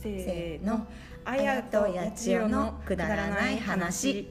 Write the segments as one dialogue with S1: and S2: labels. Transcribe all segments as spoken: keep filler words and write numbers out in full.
S1: せーの、あやとやちおのくだらない話。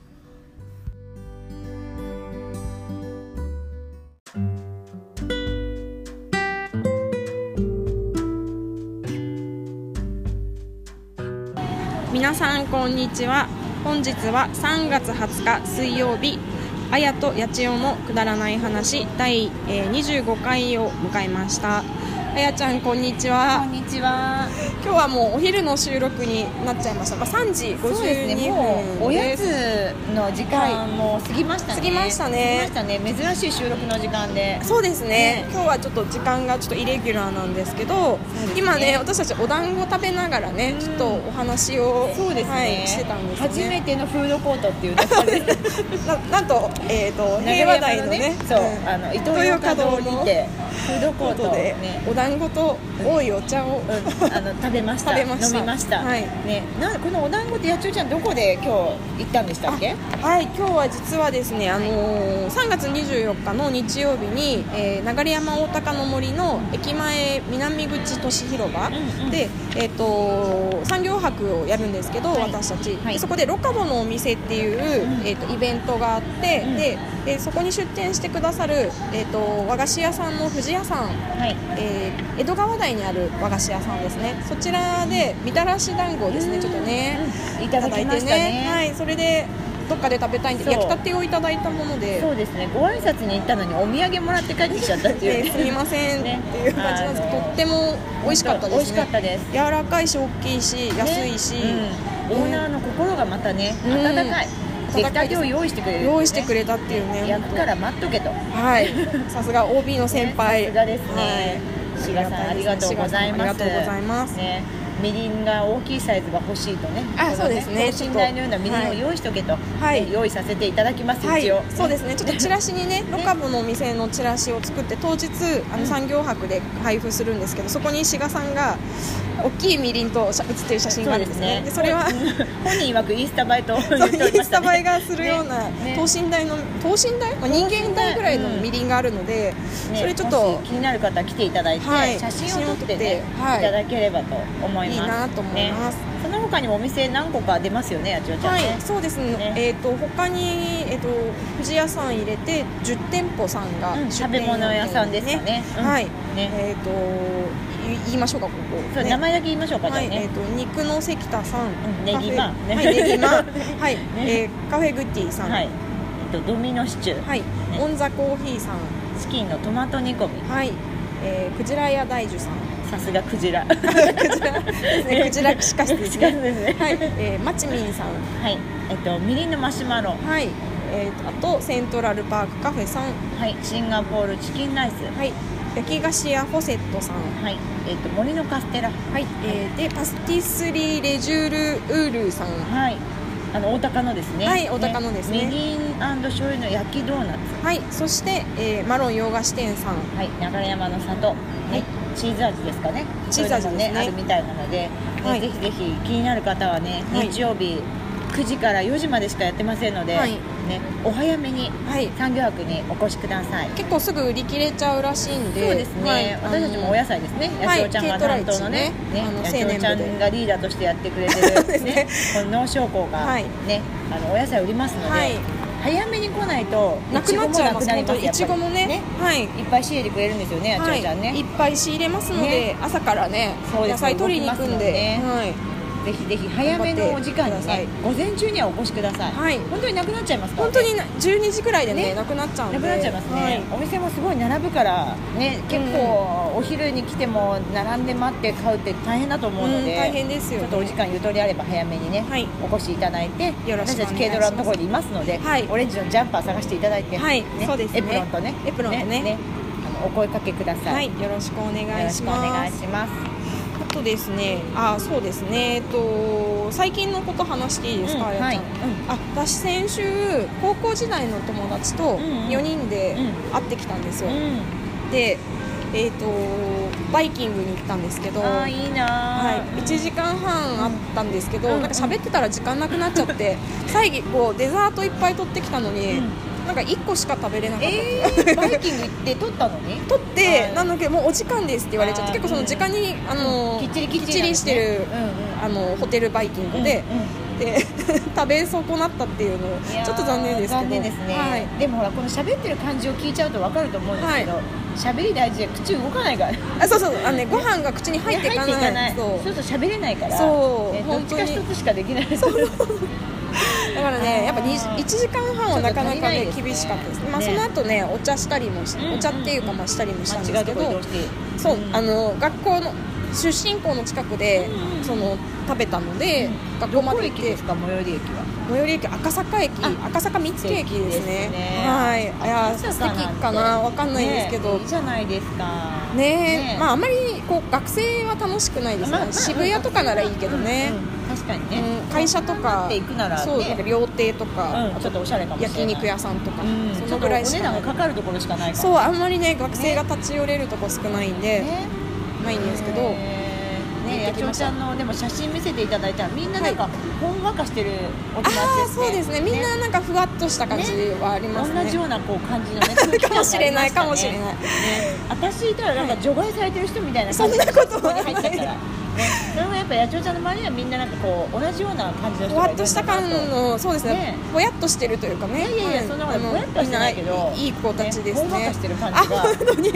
S1: 皆さんこんにちは。本日はさんがつはつか水曜日、あやとやちおのくだらない話第にじゅうごかいを迎えました。あやちゃんこんにちは。
S2: こんにちは。
S1: 今日はもうお昼の収録になっちゃいました。まあ、さんじごじゅうにふんです。
S2: ね、もうおやつの時間も過ぎましたね。
S1: 過ぎましたね。
S2: 過ぎましたね。珍しい収録の時間で。
S1: そうですね。ね、今日はちょっと時間がちょっとイレギュラーなんですけど、ね、今ね私たちお団子食べながらね、ちょっとお話を、
S2: そうですね、
S1: はい、してたんですね。
S2: 初めてのフードコートっていうところで
S1: な, なんと、えー、と平和台のね、
S2: そう、うん、あのイトーヨーカドーにてフードコートで、ね、
S1: お団子と多いお茶を、
S2: うん、あの食べました。
S1: 食べました。
S2: 飲みました。
S1: はい、
S2: ね、なこのお団子ってやちおちゃんどこで今日行ったんでしたっけ？
S1: はい、今日は実はですね、あのー、さんがつにじゅうよっかの日曜日に、えー、流山大高の森の駅前南口都市広場、うんうん、で、えー、と産業博をやるんですけど、はい、私たち、はい、でそこでロカボのお店っていう、うん、えー、とイベントがあって、うん、ででそこに出店してくださる、えー、と和菓子屋さんの藤屋さん、はい、えー、江戸川台にある和菓子屋さんですね。そちらでみたらし団子をですね、ちょっとね、うん、いただいてね、はい、それでどっかで食べたいんで焼きたてをいただいたもので、
S2: そうですね、ご挨拶に行ったのにお土産もらって帰ってきちゃったっていう、
S1: ね、すみませんっていう感じなんですけど、とっても美味しかったですね。
S2: 美味しかったです。
S1: 柔らかいし大きいし安いし、ね、
S2: うん、オーナーの心がまたね、うん、温かい。出来たてを用意してくれる、ね、
S1: 用意してくれたっていうね。
S2: 焼くから待っとけと。
S1: はい。さすが オービー の先輩。
S2: さすがですね。志賀さんありがとうございます。
S1: ありがとうございます。
S2: ね。みりんが大きいサイズが欲しいとね。
S1: あ、そうですね。
S2: 等身大のようなみりんを用意しておけと、
S1: はい、
S2: 用意させていただきます、
S1: はい、
S2: 一応。
S1: そうですね。ちょっとチラシにね、ロカボのお店のチラシを作って当日あの産業博で配布するんですけど、そこに志賀さんが大きいみりんと写ってる写真があるんですね。でそれは
S2: 本人曰くインスタ映えと言っておりましたね。
S1: インスタ映えがするような等身大の等身大、まあ、人間大ぐらいのみりんがあるので、
S2: ね、
S1: それちょっと
S2: 気になる方は来ていただいて、はい、写真を撮ってね、はい、いただければと思います。
S1: いいなと思います。ね、
S2: その他にもお店何個か出ますよね、やちおちゃんね。
S1: はい、そうですね。ね、えっ、ー、と他にえっ、ー、と藤屋さん入れてじゅってんぽさんが、
S2: うん、食べ物屋さんですかね。うん、
S1: はい。ね、えっ、ー、と言いましょうか、ここ。
S2: そう、ね、名前だけ言いましょうか、
S1: はい、
S2: じゃあね。
S1: えっ、ー、と肉の関田さん、
S2: うん、ネギマン、
S1: ね、はい、ネギマン、はい、ね、えー、カフェグッティさん、
S2: はい、えっ、ー、とドミノシチュー、
S1: はい、ね、オンザコーヒーさん、
S2: チキンのトマト煮込み、
S1: はい、えー、クジラ屋大樹さん。
S2: さすがクジラ。
S1: クジラですね。クジラ串カツですね。はい、えー、マチミンさん。
S2: はい。えっとみりんのマシュマロ。
S1: はい。えー、あとセントラルパークカフェさん。
S2: はい。シンガポールチキンライス。
S1: はい。焼き菓子屋フォセットさん。
S2: はい。えっと森のカステラ。
S1: はい。えー、でパスティスリーレジュールウールさん。
S2: はい。あの大高のですね。
S1: はい、大高のですね。
S2: みりん&醤油の焼きドーナツ。
S1: はい。そして、えー、マロン洋菓子店さん。
S2: はい。流山の里。はい。チーズ味ですかね。
S1: チーズ味ですね。
S2: ね、あるみたいなので、はい、ぜひぜひ気になる方はね、はい、日曜日くじからよじまでしかやってませんので、はい、ね、お早めに産業博にお越しください。
S1: 結構すぐ売り切れちゃうらしいんで。
S2: そうですね。はい、私たちもお野菜ですね。やちおちゃんが担当のね、ね、やちおちゃんがリーダーとしてやってくれてるね、この農商工がね、あのお野菜売りますので。はい、早めに来ないと
S1: なくなっちゃいます。いちごもね、
S2: ね、はい、いっぱい仕入れてくれるんですよね、やちおちゃんね。
S1: いっぱい仕入れますので、ね、朝からね、野菜取りに行くんで、ね、はい。
S2: ぜひぜひ早めのお時間にね、午前中にはお越しください。はい。本当になくなっちゃいますからね。
S1: 本当にじゅうにじくらいでね、なくなっちゃうんで。
S2: なくなっちゃいますね。お店もすごい並ぶからね、結構お昼に来ても並んで待って買うって大変だと思うので、
S1: 大変ですよ。
S2: ちょっとお時間ゆとりあれば早めにね、お越しいただいて、私たち軽トラのところにいますので、オレンジのジャンパー探していただいて、はい、そうですね。エプロンとね、
S1: エプロンとね、
S2: あのお声かけください。
S1: はい、よろしくお願いします。
S2: よろしくお願いします。
S1: あとですね、あ、そうですね、えっと最近のこと話していいですか、うん、はい、うん、あ、私先週高校時代の友達とよにんで会ってきたんですよ、うん、で、えっとバイキングに行ったんですけど、
S2: あ、いいな、
S1: はい、いちじかんはんあったんですけど、うん、なんか喋ってたら時間なくなっちゃって最後こうデザートいっぱい取ってきたのに、うん、 なんかいっこしか食べれなかった、
S2: えー、バイキング行って取ったのに
S1: 取ってなんだけどもうお時間ですって言われちゃって、結構その時間にあの、
S2: うん、きっちりきっちり、
S1: きっちりしてる、
S2: うんうん、
S1: あのホテルバイキングで、うんうん、で食べ損なったっていうのちょっと残念ですけど、
S2: 残念ですね、はい、でもほらこの喋ってる感じを聞いちゃうと分かると思うんですけど、喋、はい、り大事で口動かないから
S1: あそうそうあの、ね、ご飯が口に入っていかない、
S2: 入っていかないそうすると喋れないから、
S1: そう、
S2: ね、どっちか一つしかできない
S1: そうだからねやっぱいちじかんはんはなかなかね厳しかったですね、まあ、その後ねお茶したりもし、うんうん、お茶っていうかまあしたりもしたんですけど、そう、うん、あの学校の出身校の近くで、うん、その食べたので、うん、学校まで行って。
S2: どこ駅ですか最寄り駅は？
S1: 最寄り駅赤坂駅、赤坂見附駅ですね。
S2: ね
S1: はい、いや素敵かなわかんないんですけど、
S2: ね、いいじゃないですか。
S1: ね, ねまああんまりこう学生は楽しくないですね。まあまあ、渋谷とかならいいけどね。
S2: うんうん、確かにね、
S1: うん。会社とか、
S2: 行くならね、
S1: そうなんか料亭とか、
S2: うん、ちょっとおしゃれかもしれない。
S1: 焼肉屋さんとか、
S2: うん、そのぐらいしかない。お値段がかかるところしかないから。
S1: そうあんまりね学生が立ち寄れるとこ少ないんで、ね、ないんですけど。
S2: ね、野鳥ちゃんのでも写真見せていただいたらみんななんかほんわかしてるお友達ですね。
S1: あそうですね、みんななんかふわっとした感じはありますね。
S2: 同じようなこう感じのね
S1: かもしれないかもしれない、ね、
S2: 私いたらなんか除外されてる人みたいな感じ
S1: でそんなことはない
S2: 入っちゃったらね、それもやっぱ野鳥ちゃんの周りにはみんななんかこう同じような感じの人がいるんだなと。
S1: ふわっとした感のそうですね、ぼやっとしてるというかね。
S2: いやいやいや、そんなことぼやっとしてないけど
S1: いい子たちですね。
S2: ほんわかしてる感じが
S1: 本当に、
S2: うん、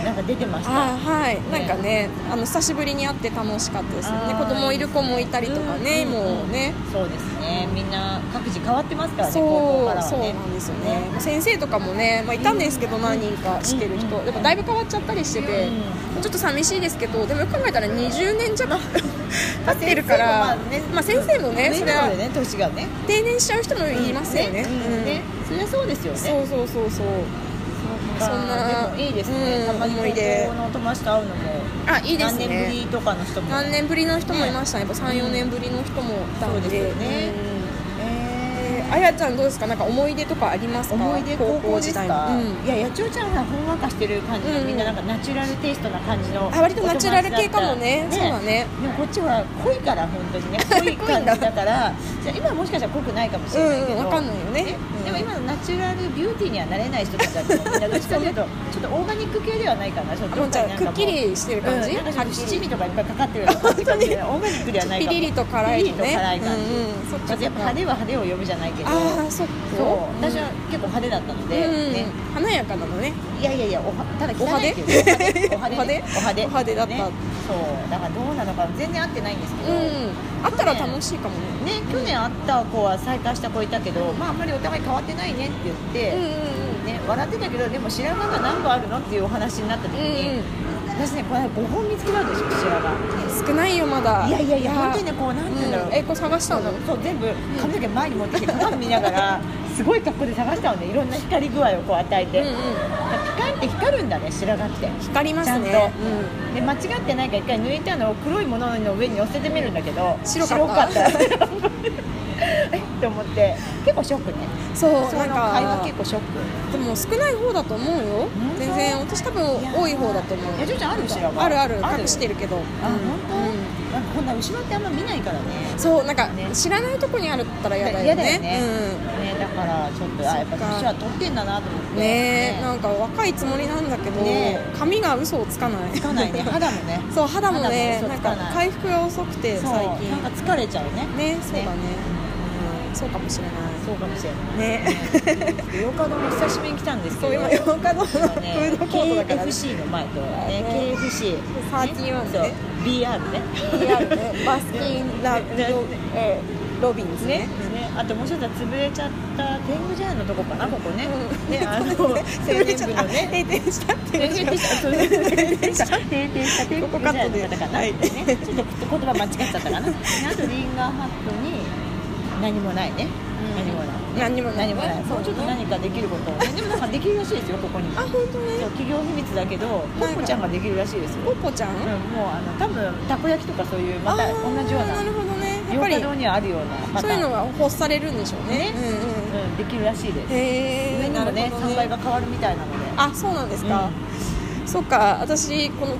S2: なんか出てました。
S1: あはい、なんかねあの久しぶりに会って楽しかったですね。子供いる子もいたりとかね、もうね。
S2: そうですね、みんな各自変わってますからね、
S1: そう
S2: 高校からはね。
S1: そうなんですよね。先生とかもね、まあいたんですけど何人かしてる人、でもだいぶ変わっちゃったりしてて、ちょっと寂しいですけど、でもよく考えたらにじゅうねん弱経ってるから、まあ、ね、まあ先生もね、それは
S2: ね年がね
S1: 定年しちゃう人もいますよね。
S2: ね、そりゃそうですよね。
S1: そうそうそうそう。そんな
S2: でもいいですね。たまに高校の友達と会うのも
S1: あいいですね。
S2: 何年ぶりとかの人も
S1: 何年ぶりの人もいましたね。やっぱさん、よねんぶりの人もいたんで。そうですよね。あやちゃんどうですか、なんか思い出とかありますか？
S2: 思い出高校時代の、うん、いや野鳥ちゃんはほんわかしてる感じの、うん、みんななんかナチュラルテイストな感じの、
S1: あ割とナチュラル系かもね。そうだね。
S2: でもこっちは濃いから本当にね濃い感じだからじゃ今はもしかしたら濃くないかもしれないけど、
S1: うんうん、分かんないよね、
S2: うん、でも今のナチュラルビューティーにはなれない人たちだとみんなどっちかというとちょっとオーガニック系ではないかな。ちょっと
S1: くっきりしてる感じ、
S2: うん、なんか七味とかいっぱいかかってるような感じかもしれない。オーガニックではないかも。
S1: ピリリと辛いとね、
S2: 辛い感じ、うんうん、そっちやっぱ派手は派手を呼ぶじゃないけど、
S1: あそっ
S2: そう、私は結構派手だったので、
S1: うん
S2: ね、
S1: 華やかなのね。
S2: いやいやいや、おはただ
S1: 汚いって
S2: いう
S1: お派手
S2: お派手
S1: お派手だった、
S2: ね、そうだからどうなのか全然合ってないんですけど、
S1: うん、会ったら楽しいかもね。
S2: ね、去年会った子は再会した子いたけど、まああんまりお互い変わってないねって言って、うんうんうん、ね笑ってたけど、でも白髪が何本あるのっていうお話になった時に、うんうん、私ねこれごほん見つけたんですよ白髪。
S1: 少ないよまだ。
S2: いやいやいや本当にねこうなんていうんだろう、うん、
S1: えこう探したの？
S2: そう全部髪の毛前に持ってきて鏡見ながらすごい格好で探したのね。いろんな光具合をこう与えて、うんうん、ピカンって光るんだね白髪って。
S1: 光りますね。
S2: ちゃんと、うん、で間違ってないから一回抜いたのを黒いものの上に乗せてみるんだけど
S1: 白かった。
S2: えって思って結構ショックね。
S1: そう
S2: その会話結構ショック。
S1: でも少ない方だと思うよ。全然私多分多い方だと思う。
S2: えジョーちゃんある白髪？
S1: あるある隠してるけど。
S2: あ本当？なんかこんな後ろってあんま見ないからね。
S1: そうなんか知らないとこにあるったら嫌だよね。
S2: 嫌だよね。ねだからちょっとあやっぱ年は取ってんだなと思って。
S1: ねなんか若いつもりなんだけど髪が嘘をつかない。
S2: つかないね。肌もね。
S1: そう肌もねなんか回復が遅くて最近。
S2: なんか疲れちゃうね。
S1: ねそうだね。そうかもしれない。
S2: そうかもしれない。ね。洋華堂も久しぶりに来たんですけど。
S1: 今洋華堂のフードコートだから。
S2: ケーエフシー の前とね。ケーエフシー。
S1: サーティーワンね。
S2: ビーアール ね。
S1: ビーアール ね。バスキンラロビンズね。
S2: あともう一つは潰れちゃった天狗茶屋のとこかなここね。ねあの
S1: 潰れちゃった。閉店したっていう。
S2: 閉店した。閉店した。閉店した天狗茶屋の方かな。ねちょっと言葉間違っちゃったかな。あとリンガーハットに。何もないね、うん、何もない、ね、
S1: 何もない、
S2: 何もない、もうちょっと何かできることを、ね、でもなんかできるらしいですよここに。
S1: あ本当ね。
S2: そう企業秘密だけどポッポちゃんができるらしいですよ。
S1: ポッポちゃん、うん、
S2: もうあの多分たこ焼きとかそういうまた同じような。
S1: なるほどね。やっぱり
S2: 洋華堂にはあるような
S1: そういうのが欲されるんでしょうね。
S2: ね、うんうんうん、できるらしいです。
S1: へ
S2: 上にもねさんばいが変わるみたいなので。
S1: あそうなんですか、うん、そうか私この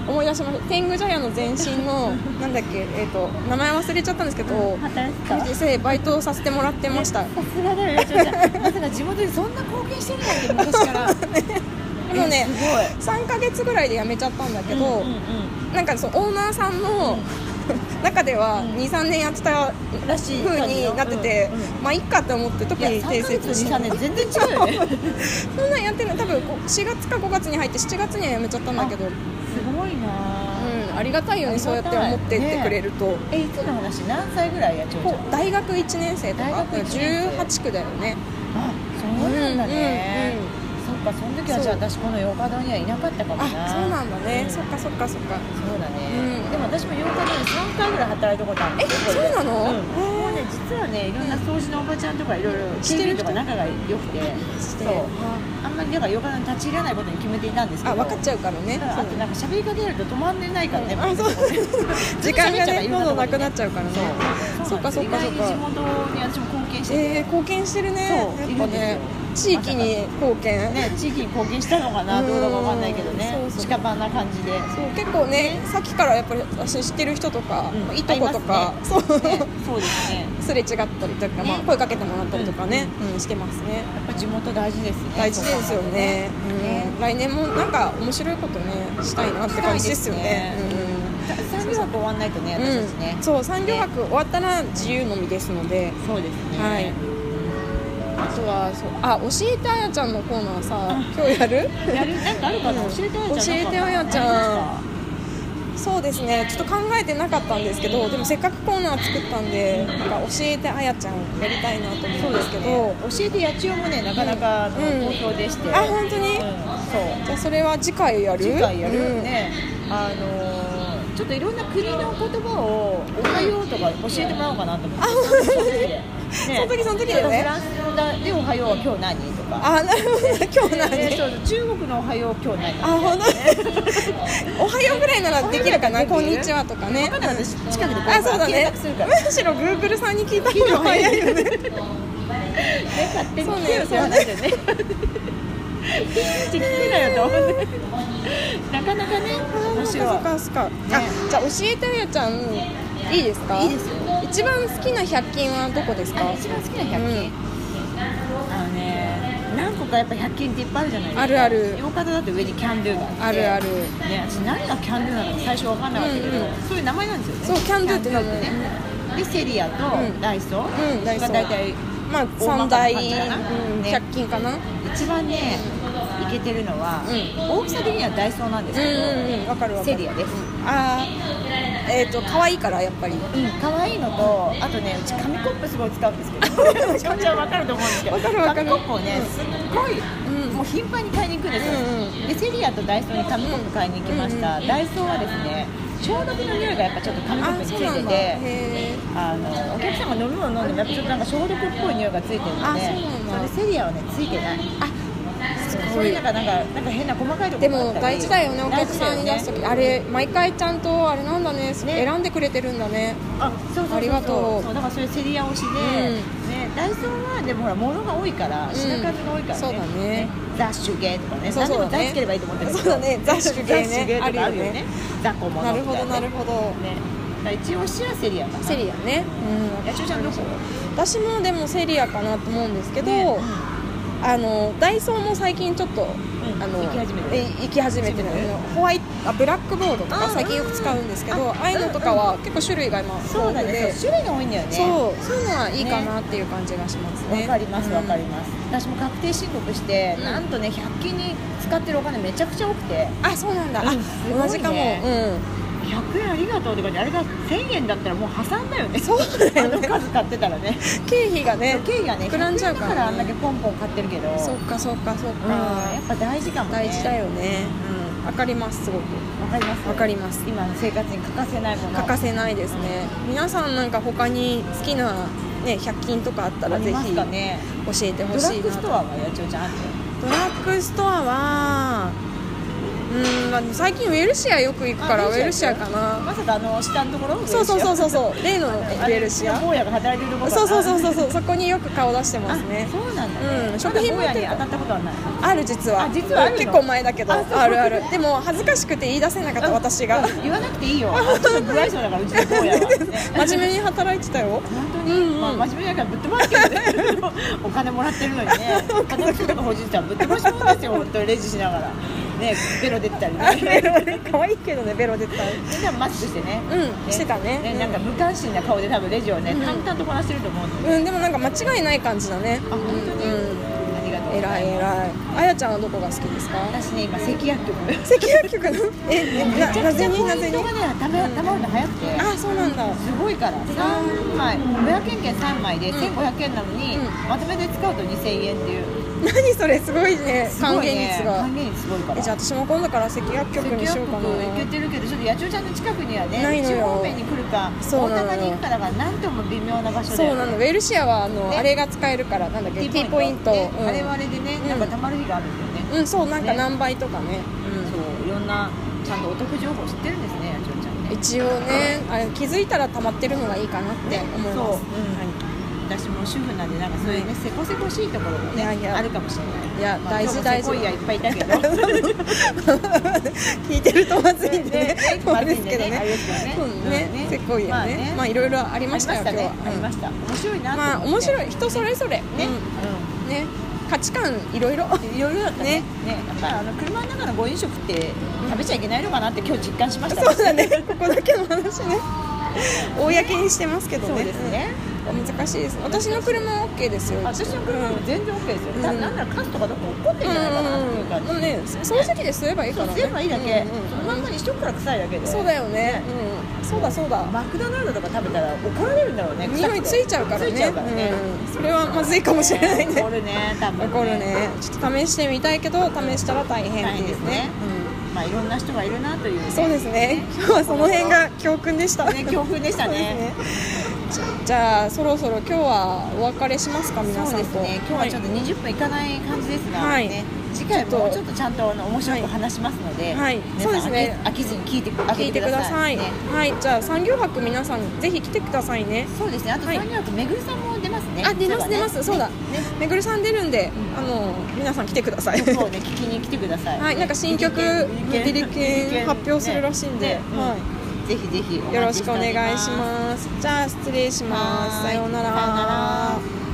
S1: 思い出しました。天狗茶屋の前身のなんだっけ、えー、と名前忘れちゃったんですけど、実際バイトさせてもらってました。さ
S2: すがだよ、ちょっとまさか地元にそんな貢献してるなんて昔から
S1: でもね、さんかげつぐらいで辞めちゃったんだけど、うんうんうん、なんかそのオーナーさんの、うん、中では にさんねんやってた風になってて、うんうん、まあいっかって思って特に訂正して、
S2: にさんねん全然違うよね
S1: そんなんやってるの多分しがつかごがつに入ってしちがつには辞めちゃったんだけど、す
S2: ごいな、
S1: うん、ありがたいよね、そうやって思ってってくれると、ね、
S2: えいつの話、何歳ぐらいや、ちょうちょ
S1: 大学いちねん生とかじゅうはちくだよね。
S2: あ、そうなんだね、うんうんうん、そっか、その時はじゃあ私この洋華堂にはいなかったかもな。
S1: あ、そうなんだね、うん、そっかそっかそっか、
S2: そうだね、うん、でも私も洋華堂にさんかいぐらい働いたことあるんです。
S1: え、そうなの、
S2: うん、もうね、実はね、いろんな掃除のおばちゃんとかいろいろ警備員とか仲が良くて、そう、あんまりだから洋華堂に立ち入らないことに決めていたんですけど、
S1: あ、分かっちゃうからね。
S2: あとなんか喋りかけると止まんでないからね、
S1: あ、そう時間がね、どんどんなくなっちゃうからね。そっかそっかそっか、
S2: 地元に私も貢献してて、
S1: えー、貢献してるね、やっぱね、地域に貢献、
S2: ね、地域に貢献したのかな、どうだかわかんないけどね、近場な感じで、
S1: そう結構ね、さっきからやっぱり私知ってる人とか、うん、いとことか、ね、そう、ね、そうですね、すれ違ったりとか、ね、まあ、声かけてもらったりとかね、うんうん、してますね。
S2: やっぱ地元大事ですね。
S1: 大事ですよね。うん、来年もなんか面白いことねしたいなって感じですよね。
S2: 産業博終わんないとね、私たちね、
S1: うん、そう、産業博終わったら自由のみですので、
S2: そうですね、
S1: はい。あとはそう、あ、教えてあやちゃんのコーナーさ、今日やる
S2: やる、なんかあるかな、うん、教えてあやちゃん、
S1: 教えてあやちゃん、そうですね、ちょっと考えてなかったんですけど、でもせっかくコーナー作ったんで、なんか教えてあやちゃんやりたいなと思うんですけど、ね、
S2: 教えてやちよもね、なかなか好評でして、うん、
S1: あ、本当に、うん、そう、じゃあそれは次回やる、
S2: 次回やる、うん、ね、あのーちょっといろんな国の言葉をおはようとか教えてもらおうかなと思って、
S1: ね、その時その時だよね。
S2: フランスでおはようは今日何とか、
S1: あ、なるほど、今日何、
S2: えー、そう中国のおはよう今日何、
S1: あ、ほんとおはようぐらいならできるかな、こんにちはとかね、
S2: 分かんない、私近くでこう
S1: あ、そうだね、
S2: するから
S1: むしろ Google さんに聞いた方が早いよねね、
S2: 勝手に聞けよって話だよねピッチ聞けなよと思ってなかなかね、面白い。
S1: そっかそっか、ね、あ、じゃあ教えてあやちゃんいいですか。
S2: いいですよ。
S1: 一番好きなひゃく均はどこですか。
S2: 一番好きなひゃく均、うん、あのね、何個かやっぱひゃく均っていっぱいあるじゃないですか。
S1: あるある。
S2: 洋華堂だって上にキャンドゥがあって、
S1: あるある、
S2: ね、私何がキャンドゥなのか最初分かんなかったけど、うんうん、そういう名前なんですよね。
S1: そう、キャンドゥって名前ね。
S2: でセリアとダイソー、うん、ダイソーが大体
S1: まあ三大ひゃく均かな。
S2: 一番ねいけてるのは、うん、大きさ的にはダイソーなんですけど、うんうん、分かる分かる、セリアです。
S1: あー、えーと可愛いからやっぱり、うん、
S2: 可愛いのと、あとね、うち紙コップすごい使うんですけど気持ちは分かると思うんですけど、
S1: 分かる分かる、
S2: 紙コップをね、すっごい、うん、もう頻繁に買いに行くんですよ、うんうん、でセリアとダイソーに紙コップ買いに行きました、うんうん、ダイソーはですね、消毒の匂いがやっぱちょっと紙コップについてて、あのお客さんが飲み物飲んでもやっぱちょっとなんか消毒っぽい匂いがついてるので、それセリアはねついてない。あ、そういうなんかなんかなんか変な細かいところ
S1: でも大事だよね、お客さんに出すとき、ね、あれ毎回ちゃんとあれなんだね、ね、選んでくれてるんだね。
S2: あ、そうそうそうそう、
S1: ありがとう。
S2: そうだからそれセリア推しで、うん、ね、ダイソーはでもほら物が多いから品数が多いからね、
S1: そうだね、
S2: ね、ザッシュゲーとかね、
S1: そうそうだね、
S2: 何でもザつければいいと思ってるけど、
S1: そうだね、ザッシュゲーね、
S2: あるよね、ザコモノみたいな、ね、
S1: なるほどなるほど、ね、
S2: 一応しはセリアかな。
S1: セリアね、
S2: うん、やちょちゃんどこ？
S1: 私もでもセリアかなと思うんですけど、
S2: ね、うん、
S1: あのダイソーも最近ちょっと、うん、あの
S2: 行き始めてる
S1: 行き始めてるホワイトあブラックボードとか最近よく使うんですけど、ああいうのとかは結構種類が今
S2: そうだね、種類が多いんだよね。
S1: そうそういうのはいいかなっていう感じがしますね。
S2: わかりますわかります、うん、私も確定申告して、うん、なんとねひゃく均に使ってるお金めちゃくちゃ多くて、
S1: あ、そうなんだ、うん、あ、同じかも、うん、
S2: ひゃくえんありがとうとかで、あれがせんえんだったらもう破産だよね。
S1: そうだよね、
S2: あの数買ってたらね
S1: 経費がね、
S2: 経費がね
S1: 膨らんじゃうから、ね、
S2: だからあんだけポンポン買ってるけど、
S1: そっかそっかそっか、
S2: うん、やっぱ大事かもね。
S1: 大事だよね、うん、わかります、すごく
S2: わかります、
S1: わかります。
S2: 今の生活に欠かせないもの、
S1: 欠かせないですね、うん、皆さんなんか他に好きなねひゃく均とかあったらぜひ教えてほしいな。
S2: ドラッグストアはやちおちゃんある？
S1: ドラッグストアはうーんまあ、最近ウェルシアよく行くからウェルシアかな。
S2: まさかあの下のところ？
S1: そうそうそうそうそう例のウェルシア。
S2: 坊やが働いてるところ。
S1: そうそうそうそうそうそこによく顔出してますね。
S2: そうなんだね。
S1: うん、食品
S2: 坊やに当たったことはない。
S1: ある実は。
S2: 実は
S1: 結構前だけどあるある。でも恥ずかしくて言い出せなかった私が。
S2: 言わなくていいよ。ちょっと不愛想だからうちの坊やは。
S1: 真面目に働いてたよ。
S2: 本当に。まあ真面目だからぶっ飛ばすけどね。お金もらってるのにね。私とかほじってはぶっ飛ばしもんですよ本当にレジしながら。ね、ベロ出てたりね。
S1: 可愛いけどね、ベロ出てたり。
S2: みんなマスクしてね。
S1: うん、してたね。
S2: なんか無関心な顔で多分レジをね、淡々とこなしてると思うので。
S1: うん、でもなんか間違いない感じだね。
S2: あ、本当に。ありがとう。
S1: 偉い偉い。あやちゃんはどこが好きですか？
S2: 私ね、今関薬局。
S1: 関薬局の？え、なぜになぜに？
S2: 人がね、たまたまるの早くて。
S1: あ、そうなんだ。
S2: すごいから。三枚、ごひゃくえん券三枚で千五百円なのに、まとめて使うと二千円っていう。
S1: 何それすごいね。還元率が。
S2: 還元率すごいから。
S1: じゃあ私も今度から関薬局にしようかな。
S2: 行けてるけどちょっと野鳥ちゃんの近くにはね、
S1: ないのよ。
S2: 方面に来るか、大阪に行くかだからなんとも微妙な場所で。
S1: そうなの。ウェルシアはあのあれが使えるからなんだっけ T ポイント。
S2: あれはあれでね、なんかたまる日があるんだよね。
S1: うん、そうなんか何倍とかね。
S2: そういろんなちゃんとお得情報知ってるんですね、野鳥ちゃんね。
S1: 一応ね、あれ気づいたら溜まってるのがいいかなって思います。
S2: 私も主婦なんでなんかそういうね、せこせこしいところもねあるかもしれない。
S1: いや大事大事。
S2: せこいやいっぱいいたけど
S1: 聞いてるとまずいんでね。
S2: あれですけどね。
S1: ね、せこいやね。まあいろいろありましたよ今日は。
S2: ありました。面白いな。
S1: まあ面白い人それぞれね。ね。価値観いろいろ
S2: いろいろだったね。ね、やっぱりあの車の中のご飲食って食べちゃいけないのかなって今日実感しました。
S1: そうだね。ここだけの話ね。公にしてますけどね。
S2: そうですね。
S1: 難しいです。私の車は OK ですよ。
S2: 私の車も全然 OK ですよ。なんならカスとかどこ怒ってんじゃないかなっていう感じ。
S1: もうね、掃除機で吸えばいいからね。
S2: 吸えばいいだけ。そのまんまにしとくから臭いだけで。
S1: そうだよね。そうだそうだ。
S2: マクドナルドとか食べたら怒られるんだろうね。
S1: 匂いついちゃうからね。
S2: ついちゃうからね。
S1: それはまずいかもしれないね。
S2: 怒るね、多分。
S1: 怒るね。ちょっと試してみたいけど試したら大変っていうね。
S2: まあいろんな人がいるなという。
S1: そうですね。今日はその辺が教訓でした。
S2: ね、教訓でしたね。
S1: じゃあそろそろ今日はお別れしますか皆さんと。
S2: そうですね。今日はちょっとにじゅっぷんいかない感じですがね。次回もちょっとちゃんと面白く話しますので、
S1: はい、そうですね。
S2: 飽きずに聞いて
S1: 聞いてください。はい、じゃあ産業博皆さんぜひ来てくださいね。
S2: そうですね。あと産業博めぐるさんも出ますね。
S1: あ、出ます出ます。そうだ。めぐるさん出るんで、あの皆さん来てください。
S2: そうね、聞きに来てください。
S1: はい、なんか新曲ビリケン発表するらしいんで、はい。
S2: ぜひぜひ
S1: よろしくお願いします。じゃあ失礼します。さようなら。